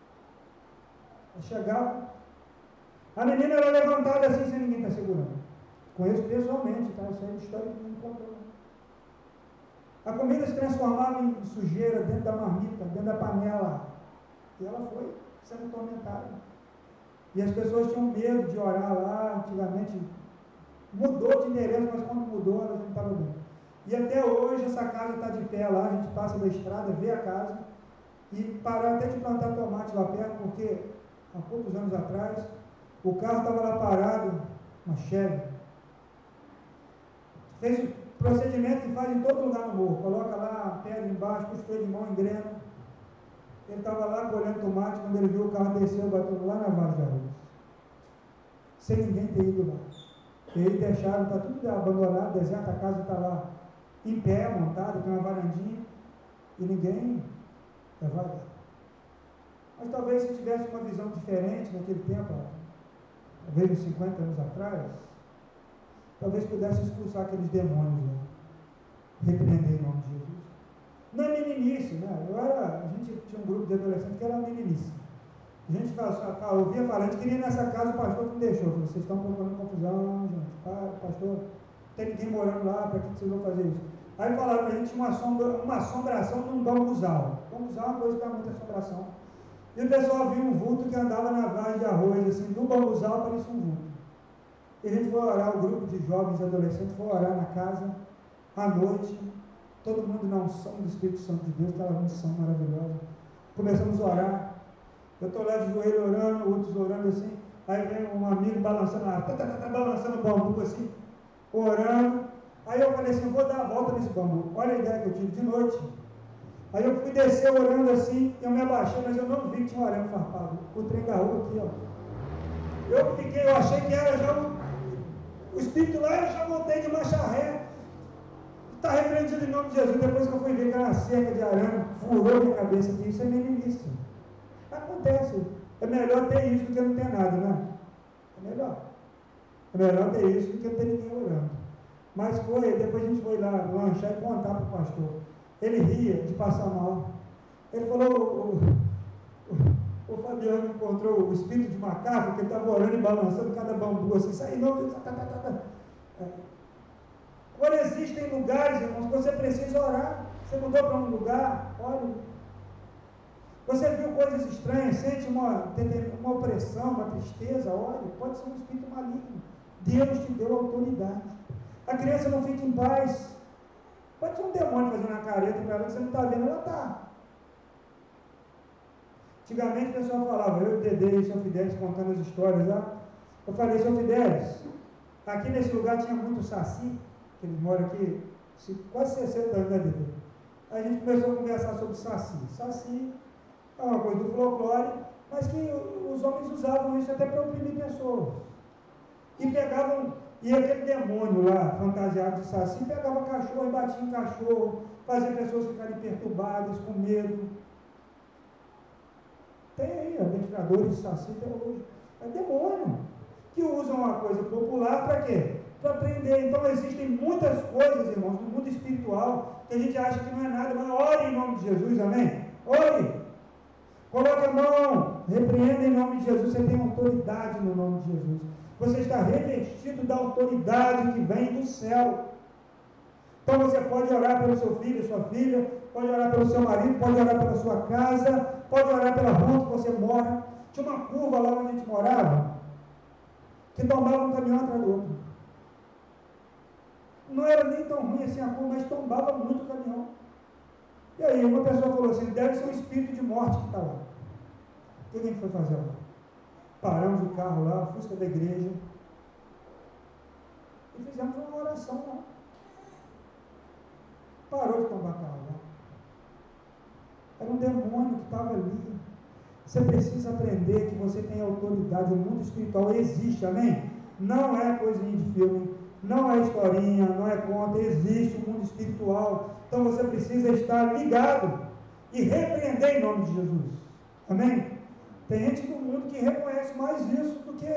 Chegava, a menina era levantada assim, sem ninguém estar segurando. Conheço pessoalmente, tá? Isso é história que não contou. A comida se transformava em sujeira dentro da marmita, dentro da panela. E ela foi sendo tormentada. E as pessoas tinham medo de orar lá. Antigamente mudou de endereço, mas quando mudou, elas não estavam bem. E até hoje essa casa está de pé lá. A gente passa da estrada, vê a casa. E parar até de plantar tomate lá perto, porque há poucos anos atrás o carro estava lá parado, uma Chevy. Fez o procedimento que faz em todo lugar no morro. Coloca lá a pedra embaixo, puxa o freio de mão, engrena. Ele estava lá colhendo tomate, quando ele viu o carro desceu, bateu lá na Vaz de Arroz. Sem ninguém ter ido lá. E aí deixaram, está tudo abandonado, deserto, a casa está lá em pé, montada, tem uma varandinha, e ninguém vai lá. Mas talvez se tivesse uma visão diferente naquele tempo, talvez uns cinquenta anos atrás, talvez pudesse expulsar aqueles demônios lá, repreender em nome de Jesus. Não é meninice, né? Eu era, a gente tinha um grupo de adolescentes que era meninice. A gente falava, ouvia falar, a gente queria ir nessa casa, o pastor não deixou. Falei, vocês estão procurando confusão, gente. Para, pastor, não tem ninguém morando lá, para que vocês vão fazer isso? Aí falaram para a gente uma, assombra, uma assombração num bambuzal. Bambuzal é uma coisa que dá muita assombração. E o pessoal viu um vulto que andava na vaz de arroz, assim, no bambuzal parecia um vulto. E a gente foi orar, o grupo de jovens e adolescentes foi orar na casa, à noite, todo mundo na unção do Espírito Santo de Deus, aquela unção maravilhosa. Começamos a orar, eu estou lá de joelho orando, outros orando assim, aí vem um amigo balançando a tá, tá, tá, tá, balançando o bambu assim, orando. Aí eu falei assim, vou dar a volta nesse bambu. Olha a ideia que eu tive de noite. Aí eu fui descer orando assim, eu me abaixei, mas eu não vi que tinha um arame farpado. O trem garrou aqui, ó. Eu fiquei, eu achei que era já o, o espírito lá, eu já voltei de marcha ré. Está repreendido em nome de Jesus. Depois que eu fui ver que era uma cerca de arame, furou minha cabeça aqui. Isso é meninice. Acontece. É melhor ter isso do que não ter nada, né? É melhor. É melhor ter isso do que não ter ninguém orando. Mas foi, depois a gente foi lá lanchar e contar para o pastor. Ele ria de passar mal. Ele falou, o, o, o Fabiano encontrou o espírito de macaco, que ele estava orando e balançando cada bambu assim, sai não, tá, tá, tá, tá. É. Agora existem lugares, irmãos, que você precisa orar. Você mudou para um lugar, olha. Você viu coisas estranhas, sente uma, uma opressão, uma tristeza, olha, pode ser um espírito maligno. Deus te deu autoridade. A criança não fica em paz. Pode ser um demônio fazendo uma careta para ela que você não está vendo, ela está. Antigamente o pessoal falava, eu, Dedê e o seu Fidelis contando as histórias lá. Eu falei, seu Fidelis, aqui nesse lugar tinha muito saci, que eles moram aqui quase sessenta anos, né, Dedê? Aí a gente começou a conversar sobre saci. Saci é uma coisa do folclore, mas que os homens usavam isso até para oprimir pessoas. E pegavam. E aquele demônio lá, fantasiado de saci, pegava cachorro e batia em cachorro, fazia pessoas ficarem perturbadas, com medo. Tem aí, administradores de saci até hoje. É demônio. Que usam uma coisa popular para quê? Para prender. Então existem muitas coisas, irmãos, no mundo espiritual, que a gente acha que não é nada, mas ore em nome de Jesus, amém? Ore. Coloque a mão, repreenda em nome de Jesus, você tem autoridade no nome de Jesus. Você está revestido da autoridade que vem do céu. Então você pode orar pelo seu filho, sua filha, pode orar pelo seu marido, pode orar pela sua casa, pode orar pela rua que você mora. Tinha uma curva lá onde a gente morava, que tombava um caminhão atrás do outro. Não era nem tão ruim assim a curva, mas tombava muito o caminhão. E aí uma pessoa falou assim, deve ser um espírito de morte que está lá. O que a gente foi fazer lá? Paramos o carro lá, a fusca da igreja, e fizemos uma oração lá. Parou de tombar carro lá. Era um demônio que estava ali. Você precisa aprender que você tem autoridade. O mundo espiritual existe, amém? Não é coisinha de filme, não é historinha, não é conta, existe o mundo espiritual. Então você precisa estar ligado e repreender em nome de Jesus, amém? Tem gente no mundo que reconhece mais isso do que,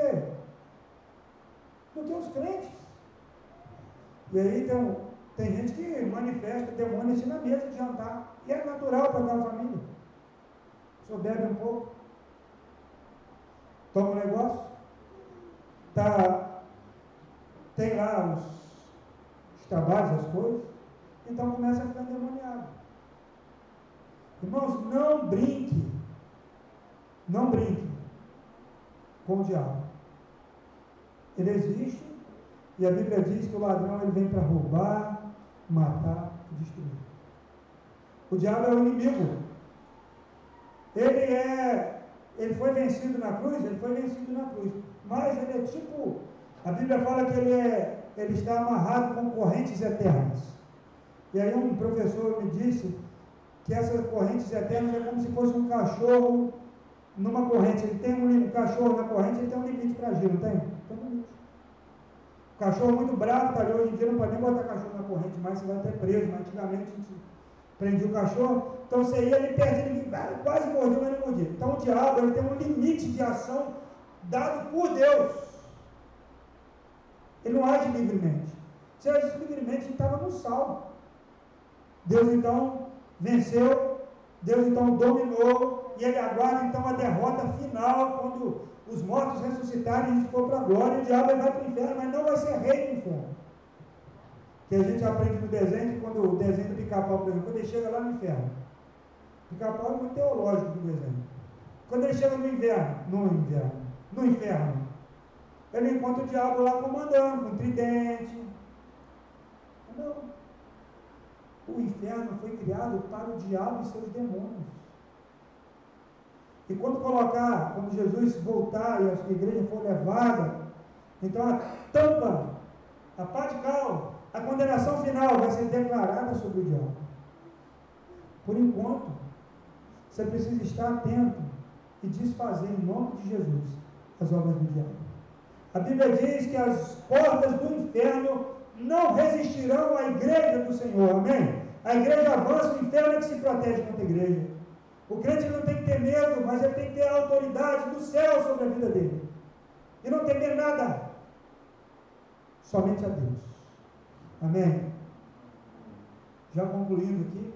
do que os crentes. E aí tem, tem gente que manifesta demônios assim na mesa de jantar, e é natural para aquela família. O senhor bebe um pouco, toma um negócio, tá, tem lá os, os trabalhos, as coisas, então começa a ficar endemoniado. Irmãos, não brinque, não brinque com o diabo. Ele existe, e a Bíblia diz que o ladrão ele vem para roubar, matar e destruir. O diabo é o inimigo. Ele é, ele foi vencido na cruz, ele foi vencido na cruz, mas ele é tipo, a Bíblia fala que ele, é, ele está amarrado com correntes eternas. E aí um professor me disse que essas correntes eternas é como se fosse um cachorro numa corrente. Ele tem um, um cachorro na corrente, ele tem um limite para agir, não tem? Tem um limite. O cachorro muito bravo, tá ali, hoje em dia não pode nem botar cachorro na corrente, mas você vai até preso. Mas antigamente a gente prendia o cachorro, então você ia ali perto, ele quase mordia, mas não mordia. Então o diabo ele tem um limite de ação dado por Deus. Ele não age livremente. Se ele agisse livremente, ele estava no sal. Deus então venceu, Deus então dominou, e ele aguarda então a derrota final, quando os mortos ressuscitarem e a gente for para a glória. O diabo vai para o inferno, mas não vai ser rei do inferno. Que a gente aprende no desenho, quando o desenho do Pica-Pau, por exemplo, quando ele chega lá no inferno. Pica-Pau é muito teológico do desenho. Quando ele chega no inverno, no inverno, no inferno, ele encontra o diabo lá comandando, com tridente. Não. O inferno foi criado para o diabo e seus demônios. E quando colocar, quando Jesus voltar e a igreja for levada, então a tampa, a pá de cal, a condenação final vai ser declarada sobre o diabo. Por enquanto, você precisa estar atento e desfazer em nome de Jesus as obras do diabo. A Bíblia diz que as portas do inferno não resistirão à igreja do Senhor, amém? A igreja avança, o inferno é que se protege contra a igreja. O crente não tem que ter medo, mas ele tem que ter a autoridade do céu sobre a vida dele. E não temer nada, somente a Deus. Amém? Já concluindo aqui,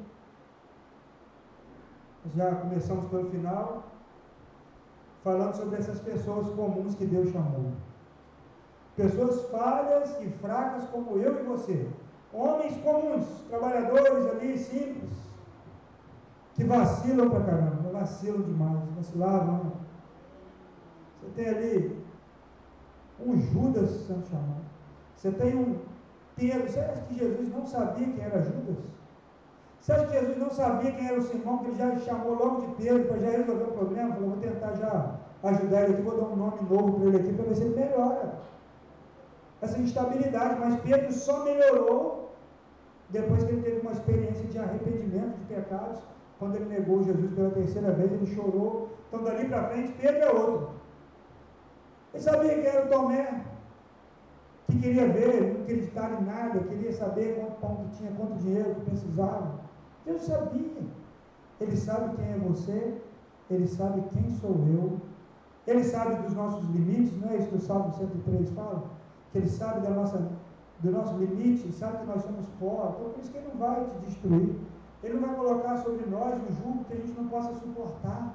já começamos pelo final, falando sobre essas pessoas comuns que Deus chamou. Pessoas falhas e fracas como eu e você. Homens comuns, trabalhadores ali, simples, que vacilam pra caramba, vacilam demais, vacilavam. Você tem ali um Judas sendo chamado. Você tem um Pedro. Você acha que Jesus não sabia quem era Judas? Você acha que Jesus não sabia quem era o Simão, que ele já chamou logo de Pedro para já resolver o problema? Falou, vou tentar já ajudar ele aqui, vou dar um nome novo para ele aqui, para ver se ele melhora essa instabilidade. Mas Pedro só melhorou depois que ele teve uma experiência de arrependimento de pecados. Quando ele negou Jesus pela terceira vez, ele chorou. Então dali para frente, Pedro é outro. Ele sabia que era o Tomé, que queria ver, não acreditar em nada, queria saber quanto pão que tinha, quanto dinheiro que precisava. Deus sabia. Ele sabe quem é você, ele sabe quem sou eu, ele sabe dos nossos limites, não é isso que o Salmo cento e três fala? Que ele sabe da nossa, do nosso limite, sabe que nós somos pó, então por isso que ele não vai te destruir. Ele não vai colocar sobre nós um jugo que a gente não possa suportar.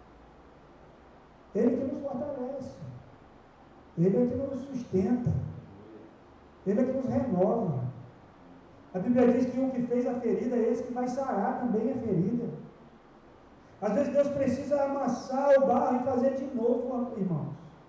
Ele que nos fortalece, ele é que nos sustenta, ele é que nos renova. A Bíblia diz que o que fez a ferida é esse que vai sarar também a ferida. Às vezes Deus precisa amassar o barro e fazer de novo, irmãos,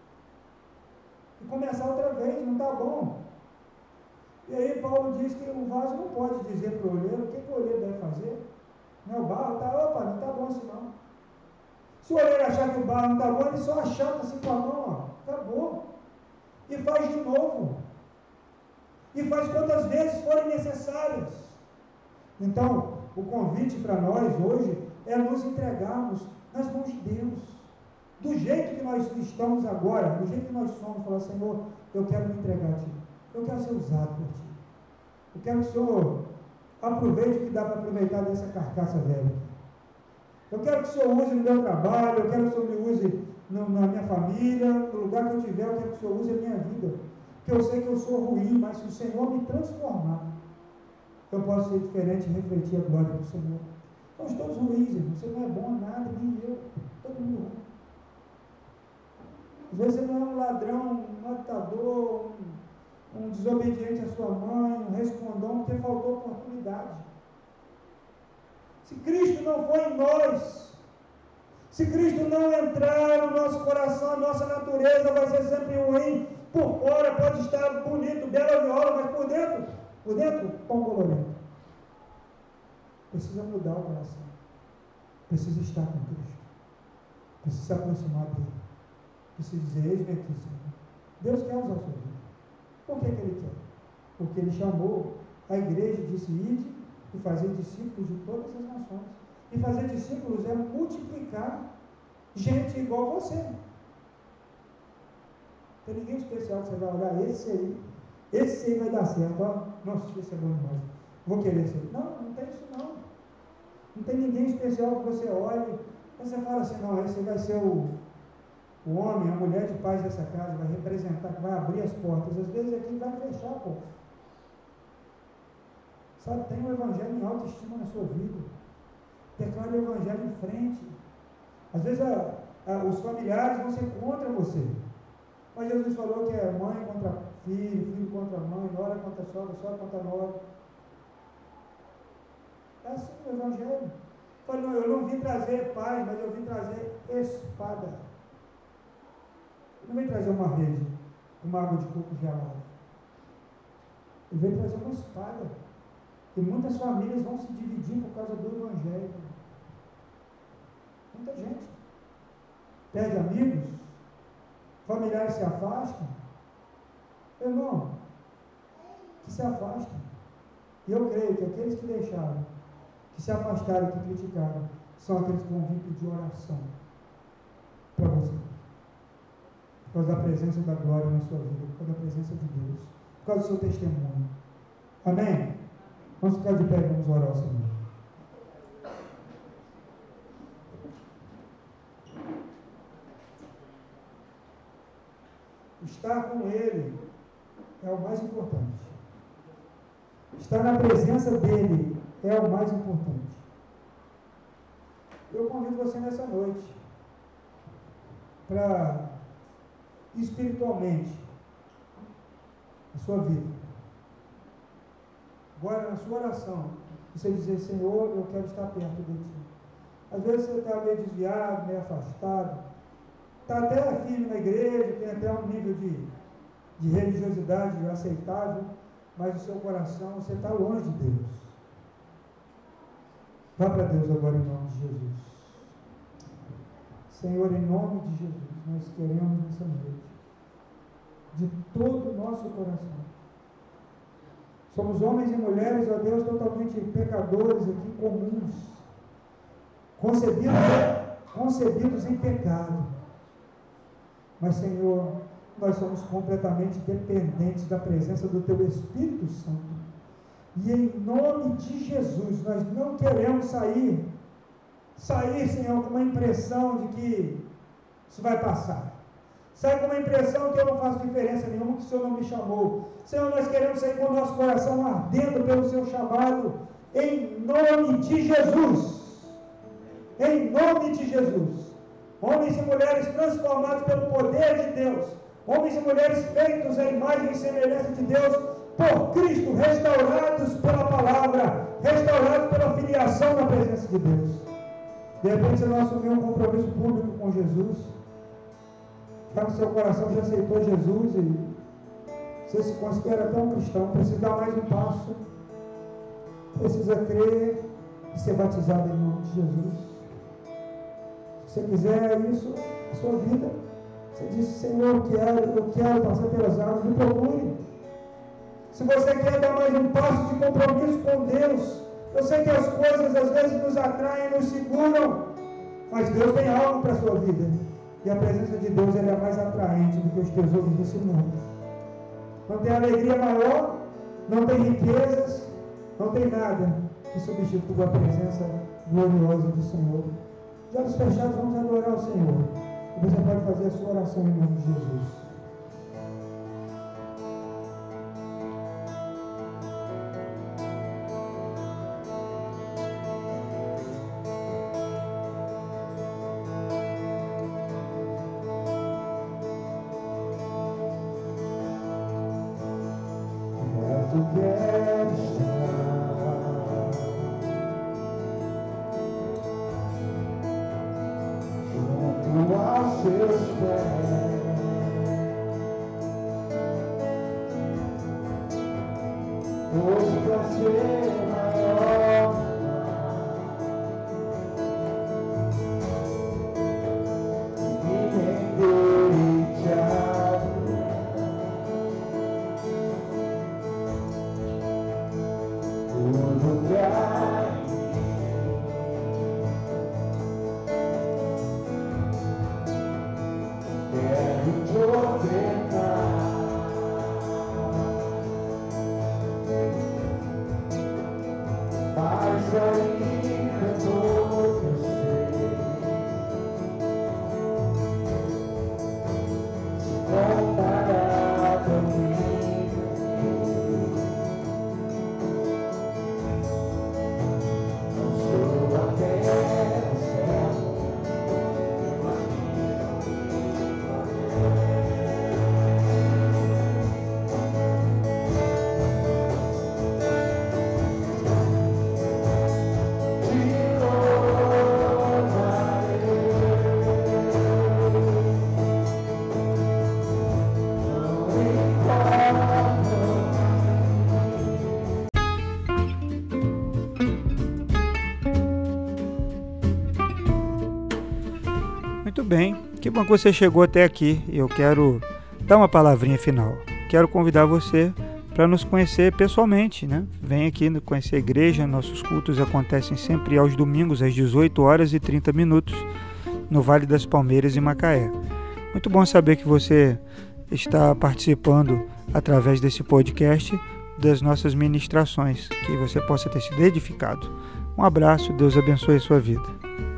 e começar outra vez. Não está bom. E aí Paulo diz que o vaso não pode dizer para o olheiro o que, que o olheiro deve fazer. Não, o barro está, opa, não está bom assim não. Se o olheiro achar que o barro não está bom, ele só achata assim com a mão, ó, acabou. E faz de novo. E faz quantas vezes forem necessárias. Então, o convite para nós hoje é nos nos entregarmos nas mãos de Deus. Do jeito que nós estamos agora, do jeito que nós somos, falar, Senhor, eu quero me entregar a Ti. Eu quero ser usado por Ti. Eu quero que o Senhor aproveite o que dá para aproveitar dessa carcaça velha. Eu quero que o Senhor use no meu trabalho, eu quero que o Senhor me use no, na minha família, no lugar que eu estiver, eu quero que o Senhor use a minha vida. Porque eu sei que eu sou ruim, mas se o Senhor me transformar, eu posso ser diferente e refletir a glória do Senhor. Nós todos ruins, irmão. Você não é bom a nada, nem eu. Todo mundo ruim. Às vezes você não é um ladrão, um matador, um, um desobediente à sua mãe, um respondão, porque faltou oportunidade. Se Cristo não for em nós, se Cristo não entrar no nosso coração, a nossa natureza vai ser sempre ruim. Por fora pode estar bonito, bela viola, mas por dentro, por dentro, pão colorido. Precisa mudar o coração. Precisa estar com Cristo. Precisa se aproximar dele. Precisa dizer, eis-me aqui, Senhor. Deus quer usar a sua vida. Por que que Ele quer? Porque Ele chamou a igreja e disse, ide e fazer discípulos de todas as nações. E fazer discípulos é multiplicar gente igual a você. Não tem ninguém especial que você vai olhar, esse aí, esse aí vai dar certo, ó. Nossa, esse é bom demais. Vou querer esse aí. Não, não tem isso não. Não tem ninguém especial que você olhe, você fala assim, não, esse vai ser o, o homem, a mulher de paz dessa casa, vai representar, vai abrir as portas. Às vezes aqui vai fechar a porta. Sabe, tem um evangelho em autoestima na sua vida. Declare o evangelho em frente. Às vezes a, a, os familiares vão ser contra você. Mas Jesus falou que é mãe contra filho, filho contra mãe, nora contra sogra, sogra contra nora. É assim o evangelho. Falei, não, eu não vim trazer paz, mas eu vim trazer espada. Eu não vim trazer uma rede, uma água de coco gelada. Eu vim trazer uma espada. E muitas famílias vão se dividir por causa do evangelho. Muita gente perde amigos, familiares se afastam. Irmão, que se afastem. E eu creio que aqueles que deixaram, que se afastaram, que criticaram, são aqueles que vão vir pedir oração para você. Por causa da presença da glória na sua vida, por causa da presença de Deus, por causa do seu testemunho. Amém? Vamos ficar de pé e vamos orar ao Senhor. Estar com Ele é o mais importante. Estar na presença dEle é o mais importante. Eu convido você nessa noite para, espiritualmente, a sua vida. Agora, na sua oração, você dizer, Senhor, eu quero estar perto de Ti. Às vezes você está meio desviado, meio afastado, está até firme na igreja, tem até um nível de, de religiosidade aceitável, mas o seu coração, você está longe de Deus. Vá para Deus agora em nome de Jesus. Senhor, em nome de Jesus, nós queremos nessa noite, de todo o nosso coração. Somos homens e mulheres, ó Deus, totalmente pecadores aqui, comuns, concebidos, concebidos em pecado. Mas, Senhor, nós somos completamente dependentes da presença do Teu Espírito Santo. E em nome de Jesus, nós não queremos sair, sair, Senhor, com uma impressão de que isso vai passar. Sai com uma impressão que eu não faço diferença nenhuma, que o Senhor não me chamou. Senhor, nós queremos sair com o nosso coração ardendo pelo Seu chamado, em nome de Jesus. Em nome de Jesus. Homens e mulheres transformados pelo poder de Deus. Homens e mulheres feitos à imagem e semelhança de Deus, por Cristo, restaurados pela palavra, restaurados pela filiação na presença de Deus. De repente você não assumiu um compromisso público com Jesus, já no seu coração já aceitou Jesus e você se considera até um cristão, precisa dar mais um passo, precisa crer e ser batizado em nome de Jesus. Se você quiser isso, a sua vida, você diz, Senhor, eu quero, eu quero passar pelas águas, me procure. Se você quer dar mais um passo de compromisso com Deus, Eu sei que as coisas às vezes nos atraem, nos seguram, mas Deus tem algo para a sua vida. E a presença de Deus ela é mais atraente do que os tesouros desse mundo. Não tem alegria maior, não tem riquezas, não tem nada que substitua a presença gloriosa do Senhor. De olhos fechados, vamos adorar o Senhor. E você pode fazer a sua oração em nome de Jesus. Muito bem, que bom que você chegou até aqui. Eu quero dar uma palavrinha final. Quero convidar você para nos conhecer pessoalmente, né? Vem aqui conhecer a igreja. Nossos cultos acontecem sempre aos domingos às dezoito horas e trinta minutos no Vale das Palmeiras, em Macaé. Muito bom saber que você está participando através desse podcast das nossas ministrações, que você possa ter sido edificado. Um abraço, Deus abençoe a sua vida.